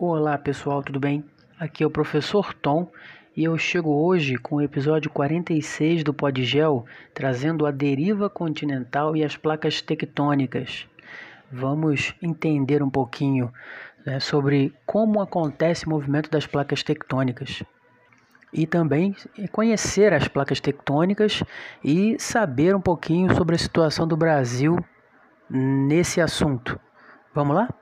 Olá pessoal, tudo bem? Aqui é o professor Tom e eu chego hoje com o episódio 46 do Podgel, trazendo a deriva continental e as placas tectônicas. Vamos entender um pouquinho, sobre como acontece o movimento das placas tectônicas e também conhecer as placas tectônicas e saber um pouquinho sobre a situação do Brasil nesse assunto. Vamos lá?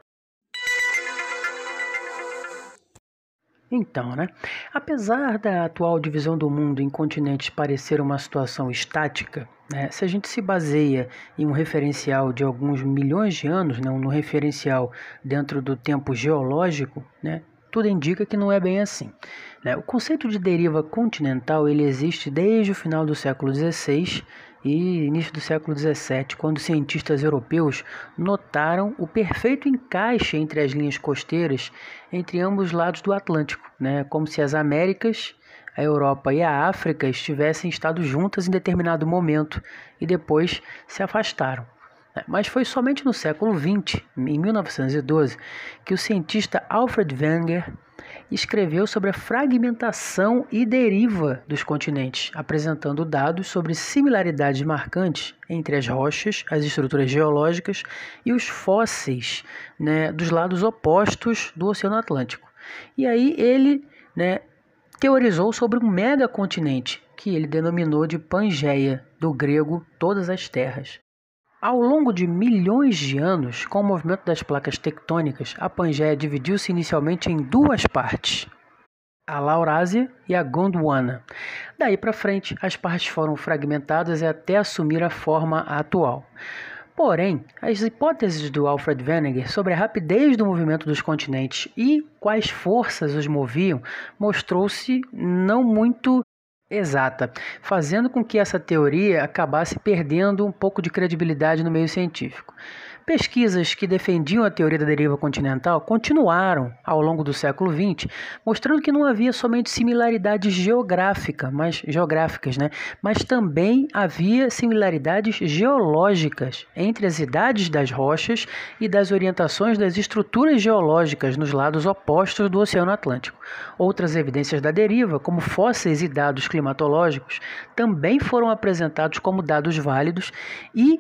Então, apesar da atual divisão do mundo em continentes parecer uma situação estática, se a gente se baseia em um referencial de alguns milhões de anos, no referencial dentro do tempo geológico, tudo indica que não é bem assim. O conceito de deriva continental ele existe desde o final do século XVI e início do século XVII, quando cientistas europeus notaram o perfeito encaixe entre as linhas costeiras entre ambos lados do Atlântico, como se as Américas, a Europa e a África estivessem estado juntas em determinado momento e depois se afastaram. Mas foi somente no século XX, em 1912, que o cientista Alfred Wegener escreveu sobre a fragmentação e deriva dos continentes, apresentando dados sobre similaridades marcantes entre as rochas, as estruturas geológicas e os fósseis, dos lados opostos do Oceano Atlântico. E aí ele teorizou sobre um megacontinente, que ele denominou de Pangeia, do grego todas as terras. Ao longo de milhões de anos, com o movimento das placas tectônicas, a Pangeia dividiu-se inicialmente em duas partes, a Laurásia e a Gondwana. Daí para frente, as partes foram fragmentadas até assumir a forma atual. Porém, as hipóteses do Alfred Wegener sobre a rapidez do movimento dos continentes e quais forças os moviam mostrou-se não muito exata, fazendo com que essa teoria acabasse perdendo um pouco de credibilidade no meio científico. Pesquisas que defendiam a teoria da deriva continental continuaram ao longo do século XX, mostrando que não havia somente similaridades geográficas, mas também havia similaridades geológicas entre as idades das rochas e das orientações das estruturas geológicas nos lados opostos do Oceano Atlântico. Outras evidências da deriva, como fósseis e dados climatológicos, também foram apresentados como dados válidos e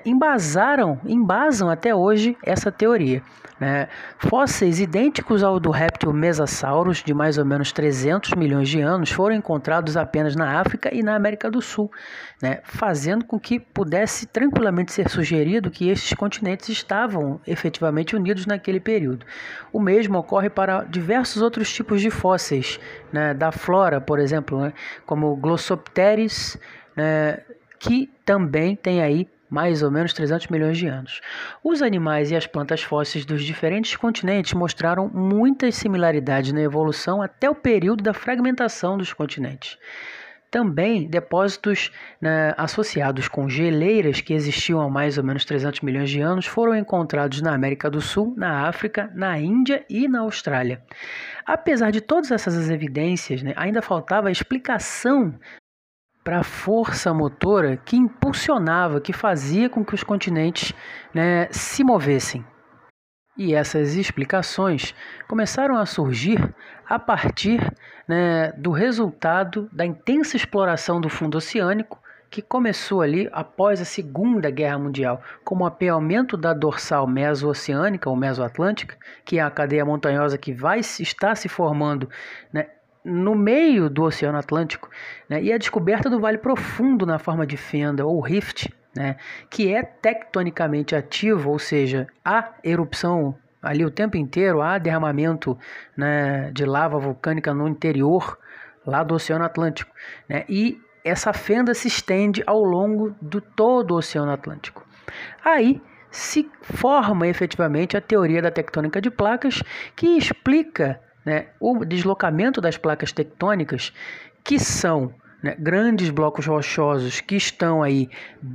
embasam até hoje essa teoria. Fósseis idênticos ao do réptil Mesasaurus, de mais ou menos 300 milhões de anos, foram encontrados apenas na África e na América do Sul, fazendo com que pudesse tranquilamente ser sugerido que estes continentes estavam efetivamente unidos naquele período. O mesmo ocorre para diversos outros tipos de fósseis, da flora, por exemplo, como Glossopteris, que também tem aí mais ou menos 300 milhões de anos. Os animais e as plantas fósseis dos diferentes continentes mostraram muitas similaridades na evolução até o período da fragmentação dos continentes. Também depósitos associados com geleiras que existiam há mais ou menos 300 milhões de anos foram encontrados na América do Sul, na África, na Índia e na Austrália. Apesar de todas essas evidências, ainda faltava a explicação para a força motora que impulsionava, que fazia com que os continentes se movessem. E essas explicações começaram a surgir a partir do resultado da intensa exploração do fundo oceânico, que começou ali após a Segunda Guerra Mundial, com o mapeamento da dorsal meso-oceânica ou mesoatlântica, que é a cadeia montanhosa que vai estar se formando no meio do Oceano Atlântico, e a descoberta do Vale Profundo na forma de fenda ou rift, que é tectonicamente ativo, ou seja, há erupção ali o tempo inteiro, há derramamento de lava vulcânica no interior lá do Oceano Atlântico, e essa fenda se estende ao longo de todo o Oceano Atlântico. Aí se forma efetivamente a teoria da tectônica de placas, que explica o deslocamento das placas tectônicas, que são grandes blocos rochosos que estão aí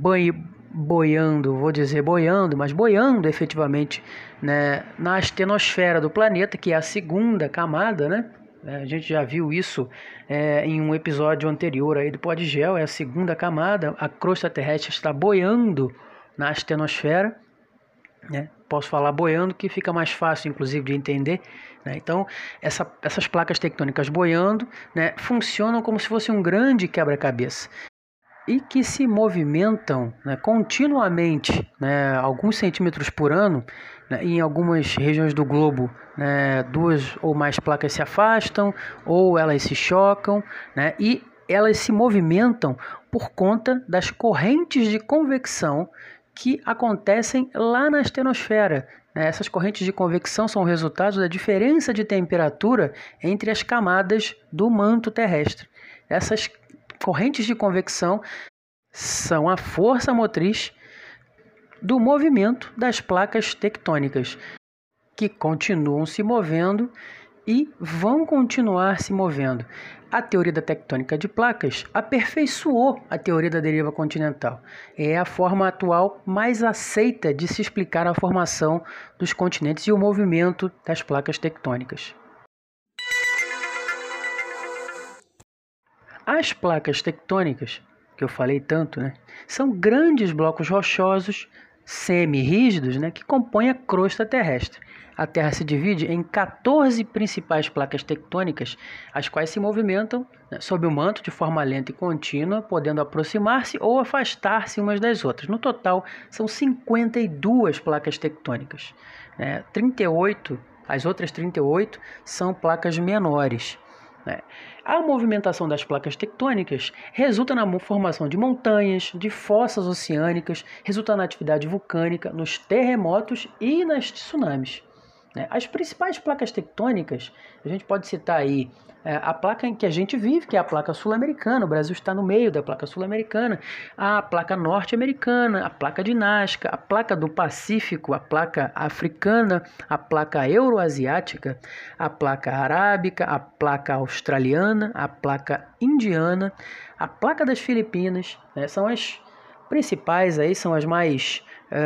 boiando efetivamente na astenosfera do planeta, que é a segunda camada, A gente já viu isso em um episódio anterior aí do Podgel, é a segunda camada, a crosta terrestre está boiando na astenosfera. né? Posso falar boiando, que fica mais fácil, inclusive, de entender, né? Então, essas placas tectônicas boiando, né, funcionam como se fosse um grande quebra-cabeça e que se movimentam, né, continuamente, né, alguns centímetros por ano, né, em algumas regiões do globo, né, duas ou mais placas se afastam ou elas se chocam, né, e elas se movimentam por conta das correntes de convecção que acontecem lá na estenosfera. Essas correntes de convecção são resultados da diferença de temperatura entre as camadas do manto terrestre. Essas correntes de convecção são a força motriz do movimento das placas tectônicas, que continuam se movendo e vão continuar se movendo. A teoria da tectônica de placas aperfeiçoou a teoria da deriva continental. É a forma atual mais aceita de se explicar a formação dos continentes e o movimento das placas tectônicas. As placas tectônicas, que eu falei tanto, né, são grandes blocos rochosos semi-rígidos, né, que compõem a crosta terrestre. A Terra se divide em 14 principais placas tectônicas, as quais se movimentam, né, sob o manto de forma lenta e contínua, podendo aproximar-se ou afastar-se umas das outras. No total, são 52 placas tectônicas. 38, as outras 38 são placas menores. A movimentação das placas tectônicas resulta na formação de montanhas, de fossas oceânicas, resulta na atividade vulcânica, nos terremotos e nas tsunamis. As principais placas tectônicas, a gente pode citar aí a placa em que a gente vive, que é a placa sul-americana. O Brasil está no meio da placa sul-americana, a placa norte-americana, a placa de Nazca, a placa do Pacífico, a placa africana, a placa euroasiática, a placa arábica, a placa australiana, a placa indiana, a placa das Filipinas, são as principais aí, são as mais...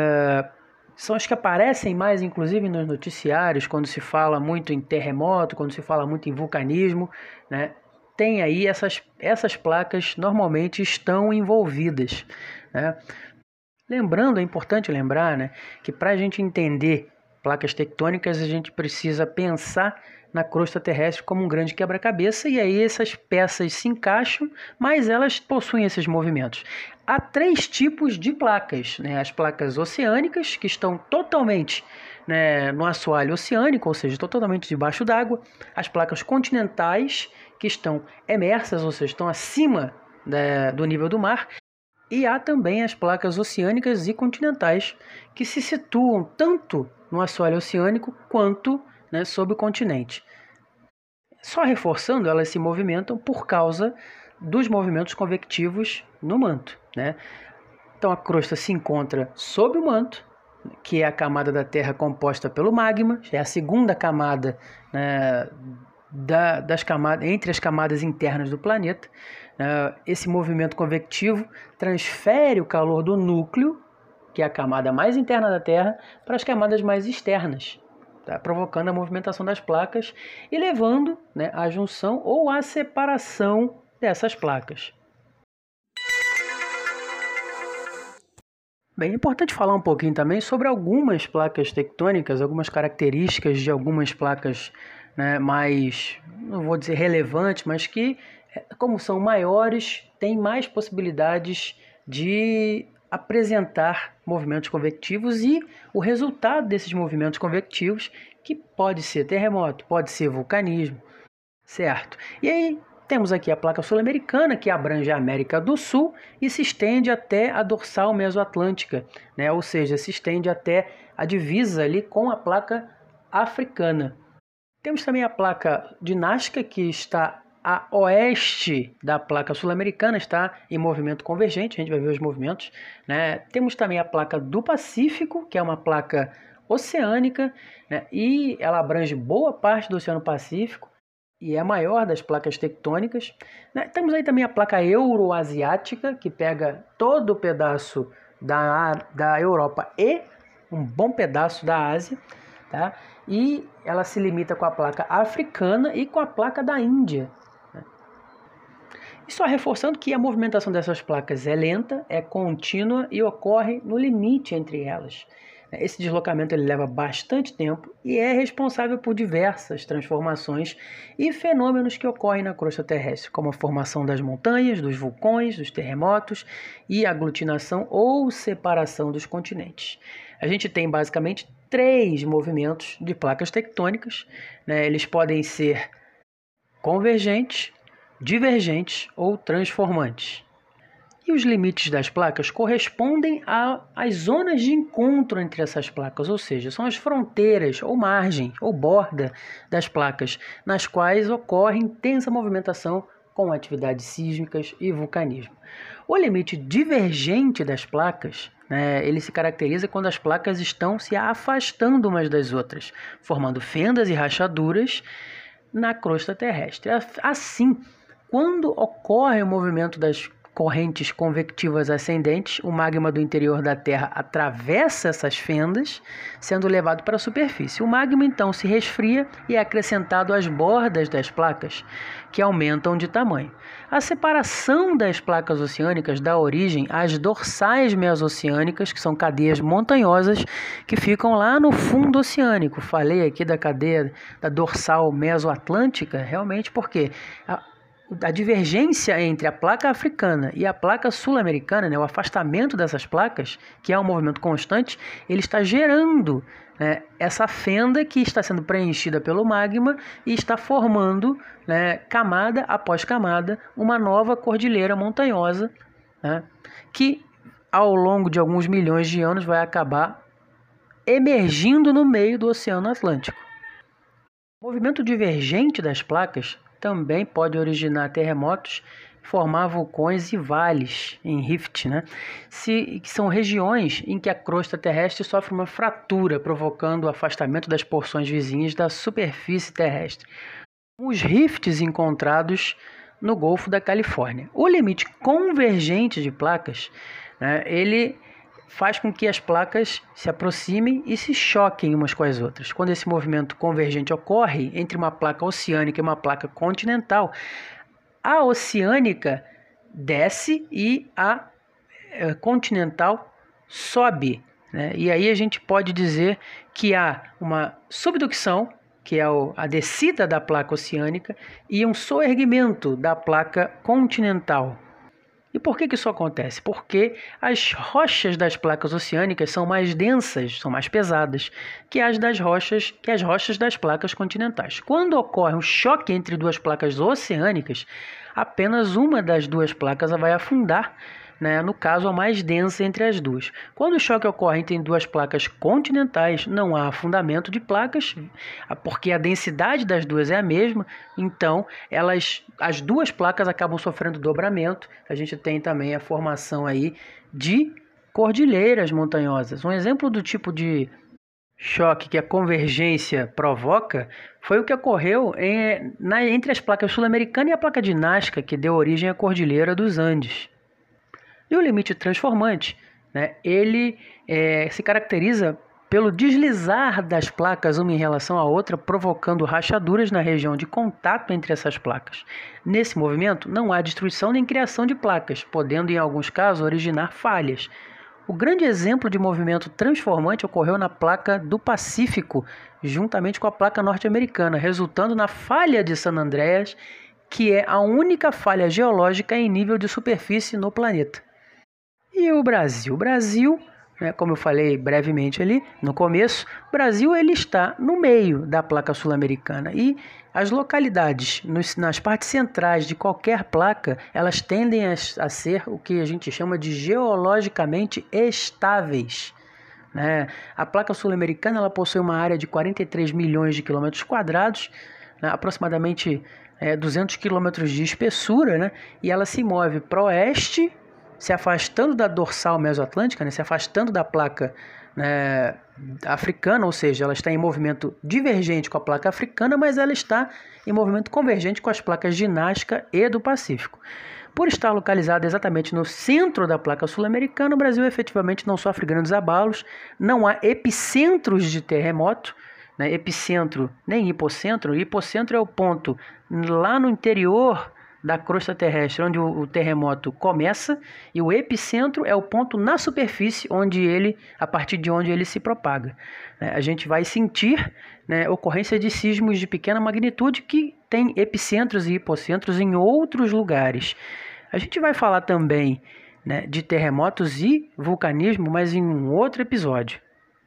são as que aparecem mais, inclusive, nos noticiários, quando se fala muito em terremoto, quando se fala muito em vulcanismo, né? Tem aí essas placas normalmente estão envolvidas, né? Lembrando, é importante lembrar, né, que para a gente entender placas tectônicas, a gente precisa pensar na crosta terrestre como um grande quebra-cabeça, e aí essas peças se encaixam, mas elas possuem esses movimentos. Há 3 tipos de placas, né? As placas oceânicas, que estão totalmente, né, no assoalho oceânico, ou seja, estão totalmente debaixo d'água. As placas continentais, que estão emersas, ou seja, estão acima do nível do mar. E há também as placas oceânicas e continentais, que se situam tanto no assoalho oceânico quanto, né, sob o continente. Só reforçando, elas se movimentam por causa dos movimentos convectivos no manto, né? Então a crosta se encontra sob o manto, que é a camada da Terra composta pelo magma, é a segunda camada, né, entre as camadas internas do planeta. Esse movimento convectivo transfere o calor do núcleo, que é a camada mais interna da Terra, para as camadas mais externas, provocando a movimentação das placas e levando, né, à junção ou à separação dessas placas. Bem, é importante falar um pouquinho também sobre algumas placas tectônicas, algumas características de algumas placas, né, mais, não vou dizer relevantes, mas que, como são maiores, têm mais possibilidades de apresentar movimentos convectivos e o resultado desses movimentos convectivos, que pode ser terremoto, pode ser vulcanismo, certo? E aí temos aqui a placa sul-americana, que abrange a América do Sul e se estende até a dorsal mesoatlântica, né? Ou seja, se estende até a divisa ali com a placa africana. Temos também a placa de Nazca, que está a oeste da placa sul-americana, está em movimento convergente, a gente vai ver os movimentos, né? Temos também a placa do Pacífico, que é uma placa oceânica, né? E ela abrange boa parte do Oceano Pacífico e é a maior das placas tectônicas, né? Temos aí também a placa euroasiática, que pega todo o pedaço da Europa e um bom pedaço da Ásia, tá? E ela se limita com a placa africana e com a placa da Índia. E só reforçando que a movimentação dessas placas é lenta, é contínua e ocorre no limite entre elas. Esse deslocamento ele leva bastante tempo e é responsável por diversas transformações e fenômenos que ocorrem na crosta terrestre, como a formação das montanhas, dos vulcões, dos terremotos e aglutinação ou separação dos continentes. A gente tem basicamente 3 movimentos de placas tectônicas, né? Eles podem ser convergentes, divergentes ou transformantes. E os limites das placas correspondem às zonas de encontro entre essas placas, ou seja, são as fronteiras ou margem ou borda das placas, nas quais ocorre intensa movimentação com atividades sísmicas e vulcanismo. O limite divergente das placas, ele se caracteriza quando as placas estão se afastando umas das outras, formando fendas e rachaduras na crosta terrestre. Assim, quando ocorre o movimento das correntes convectivas ascendentes, o magma do interior da Terra atravessa essas fendas, sendo levado para a superfície. O magma então se resfria e é acrescentado às bordas das placas, que aumentam de tamanho. A separação das placas oceânicas dá origem às dorsais mesoceânicas, que são cadeias montanhosas que ficam lá no fundo oceânico. Falei aqui da cadeia da dorsal mesoatlântica, realmente porque a divergência entre a placa africana e a placa sul-americana, o afastamento dessas placas, que é um movimento constante, ele está gerando essa fenda que está sendo preenchida pelo magma e está formando, camada após camada, uma nova cordilheira montanhosa, que ao longo de alguns milhões de anos vai acabar emergindo no meio do Oceano Atlântico. O movimento divergente das placas também pode originar terremotos, formar vulcões e vales em rift, que são regiões em que a crosta terrestre sofre uma fratura, provocando o afastamento das porções vizinhas da superfície terrestre. Os rifts encontrados no Golfo da Califórnia. O limite convergente de placas, ele faz com que as placas se aproximem e se choquem umas com as outras. Quando esse movimento convergente ocorre entre uma placa oceânica e uma placa continental, a oceânica desce e a continental sobe, E aí a gente pode dizer que há uma subducção, que é a descida da placa oceânica, e um soerguimento da placa continental. E por que isso acontece? Porque as rochas das placas oceânicas são mais densas, são mais pesadas que as rochas das placas continentais. Quando ocorre um choque entre duas placas oceânicas, apenas uma das duas placas vai afundar, no caso a mais densa entre as duas. Quando o choque ocorre entre duas placas continentais, não há afundamento de placas, porque a densidade das duas é a mesma, então as duas placas acabam sofrendo dobramento. A gente tem também a formação aí de cordilheiras montanhosas. Um exemplo do tipo de choque que a convergência provoca foi o que ocorreu entre as placas sul-americana e a placa de Nazca, que deu origem à Cordilheira dos Andes. E o limite transformante, ele se caracteriza pelo deslizar das placas uma em relação à outra, provocando rachaduras na região de contato entre essas placas. Nesse movimento, não há destruição nem criação de placas, podendo, em alguns casos, originar falhas. O grande exemplo de movimento transformante ocorreu na placa do Pacífico, juntamente com a placa norte-americana, resultando na falha de San Andreas, que é a única falha geológica em nível de superfície no planeta. E o Brasil? O Brasil, como eu falei brevemente ali no começo, o Brasil ele está no meio da placa sul-americana e as localidades nas partes centrais de qualquer placa, elas tendem a ser o que a gente chama de geologicamente estáveis. A placa sul-americana ela possui uma área de 43 milhões de quilômetros quadrados, aproximadamente 200 quilômetros de espessura, e ela se move para o oeste, se afastando da dorsal mesoatlântica, se afastando da placa africana, ou seja, ela está em movimento divergente com a placa africana, mas ela está em movimento convergente com as placas de Nazca e do Pacífico. Por estar localizada exatamente no centro da placa sul-americana, o Brasil efetivamente não sofre grandes abalos, não há epicentros de terremoto, epicentro nem hipocentro. O hipocentro é o ponto lá no interior da crosta terrestre, onde o terremoto começa, e o epicentro é o ponto na superfície a partir de onde ele se propaga. A gente vai sentir, né, ocorrência de sismos de pequena magnitude que tem epicentros e hipocentros em outros lugares. A gente vai falar também, né, de terremotos e vulcanismo, mas em um outro episódio.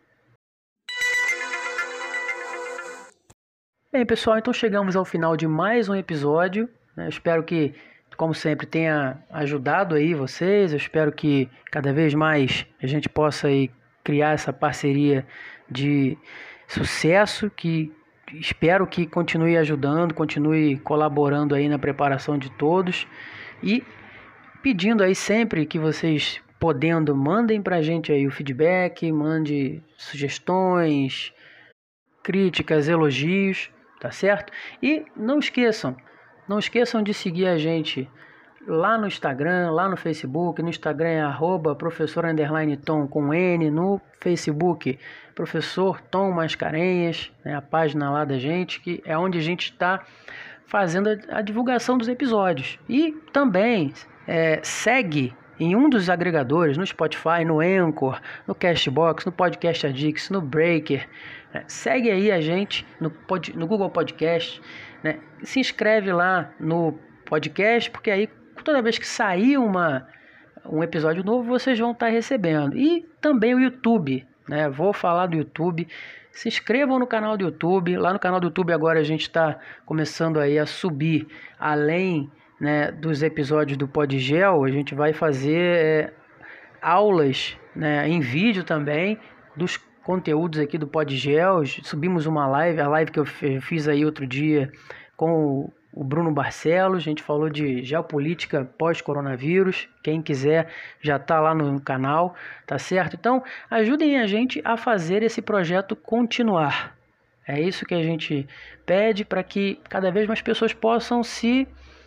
Bem, pessoal, então chegamos ao final de mais um episódio, né? Espero que, como sempre, tenha ajudado aí vocês. Eu espero que cada vez mais a gente possa aí criar essa parceria de sucesso, que espero que continue ajudando, continue colaborando aí na preparação de todos, e pedindo aí sempre que vocês, podendo, mandem pra gente aí o feedback, mande sugestões, críticas, elogios, tá certo? E não esqueçam de seguir a gente lá no Instagram, lá no Facebook. No Instagram é @professor_tom com N, no Facebook Professor Tom Mascarenhas, né, a página lá da gente, que é onde a gente está fazendo a divulgação dos episódios. E também segue em um dos agregadores, no Spotify, no Anchor, no Castbox, no Podcast Addicts, no Breaker. Segue aí a gente no Google Podcast, né? Se inscreve lá no podcast, porque aí toda vez que sair um episódio novo, vocês vão estar recebendo. E também o YouTube, né? Vou falar do YouTube. Se inscrevam no canal do YouTube. Lá no canal do YouTube agora a gente está começando aí a subir, além, né, dos episódios do Podgel, a gente vai fazer aulas, né, em vídeo também dos conteúdos aqui do Podgel. Subimos uma live, a live que eu fiz aí outro dia com o Bruno Barcelos. A gente falou de geopolítica pós-coronavírus. Quem quiser já está lá no canal, tá certo? Então ajudem a gente a fazer esse projeto continuar. É isso que a gente pede, para que cada vez mais pessoas possam se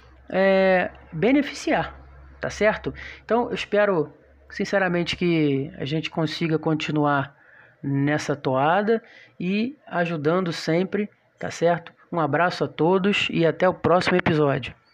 beneficiar, tá certo? Então eu espero sinceramente que a gente consiga continuar nessa toada e ajudando sempre, tá certo? Um abraço a todos e até o próximo episódio.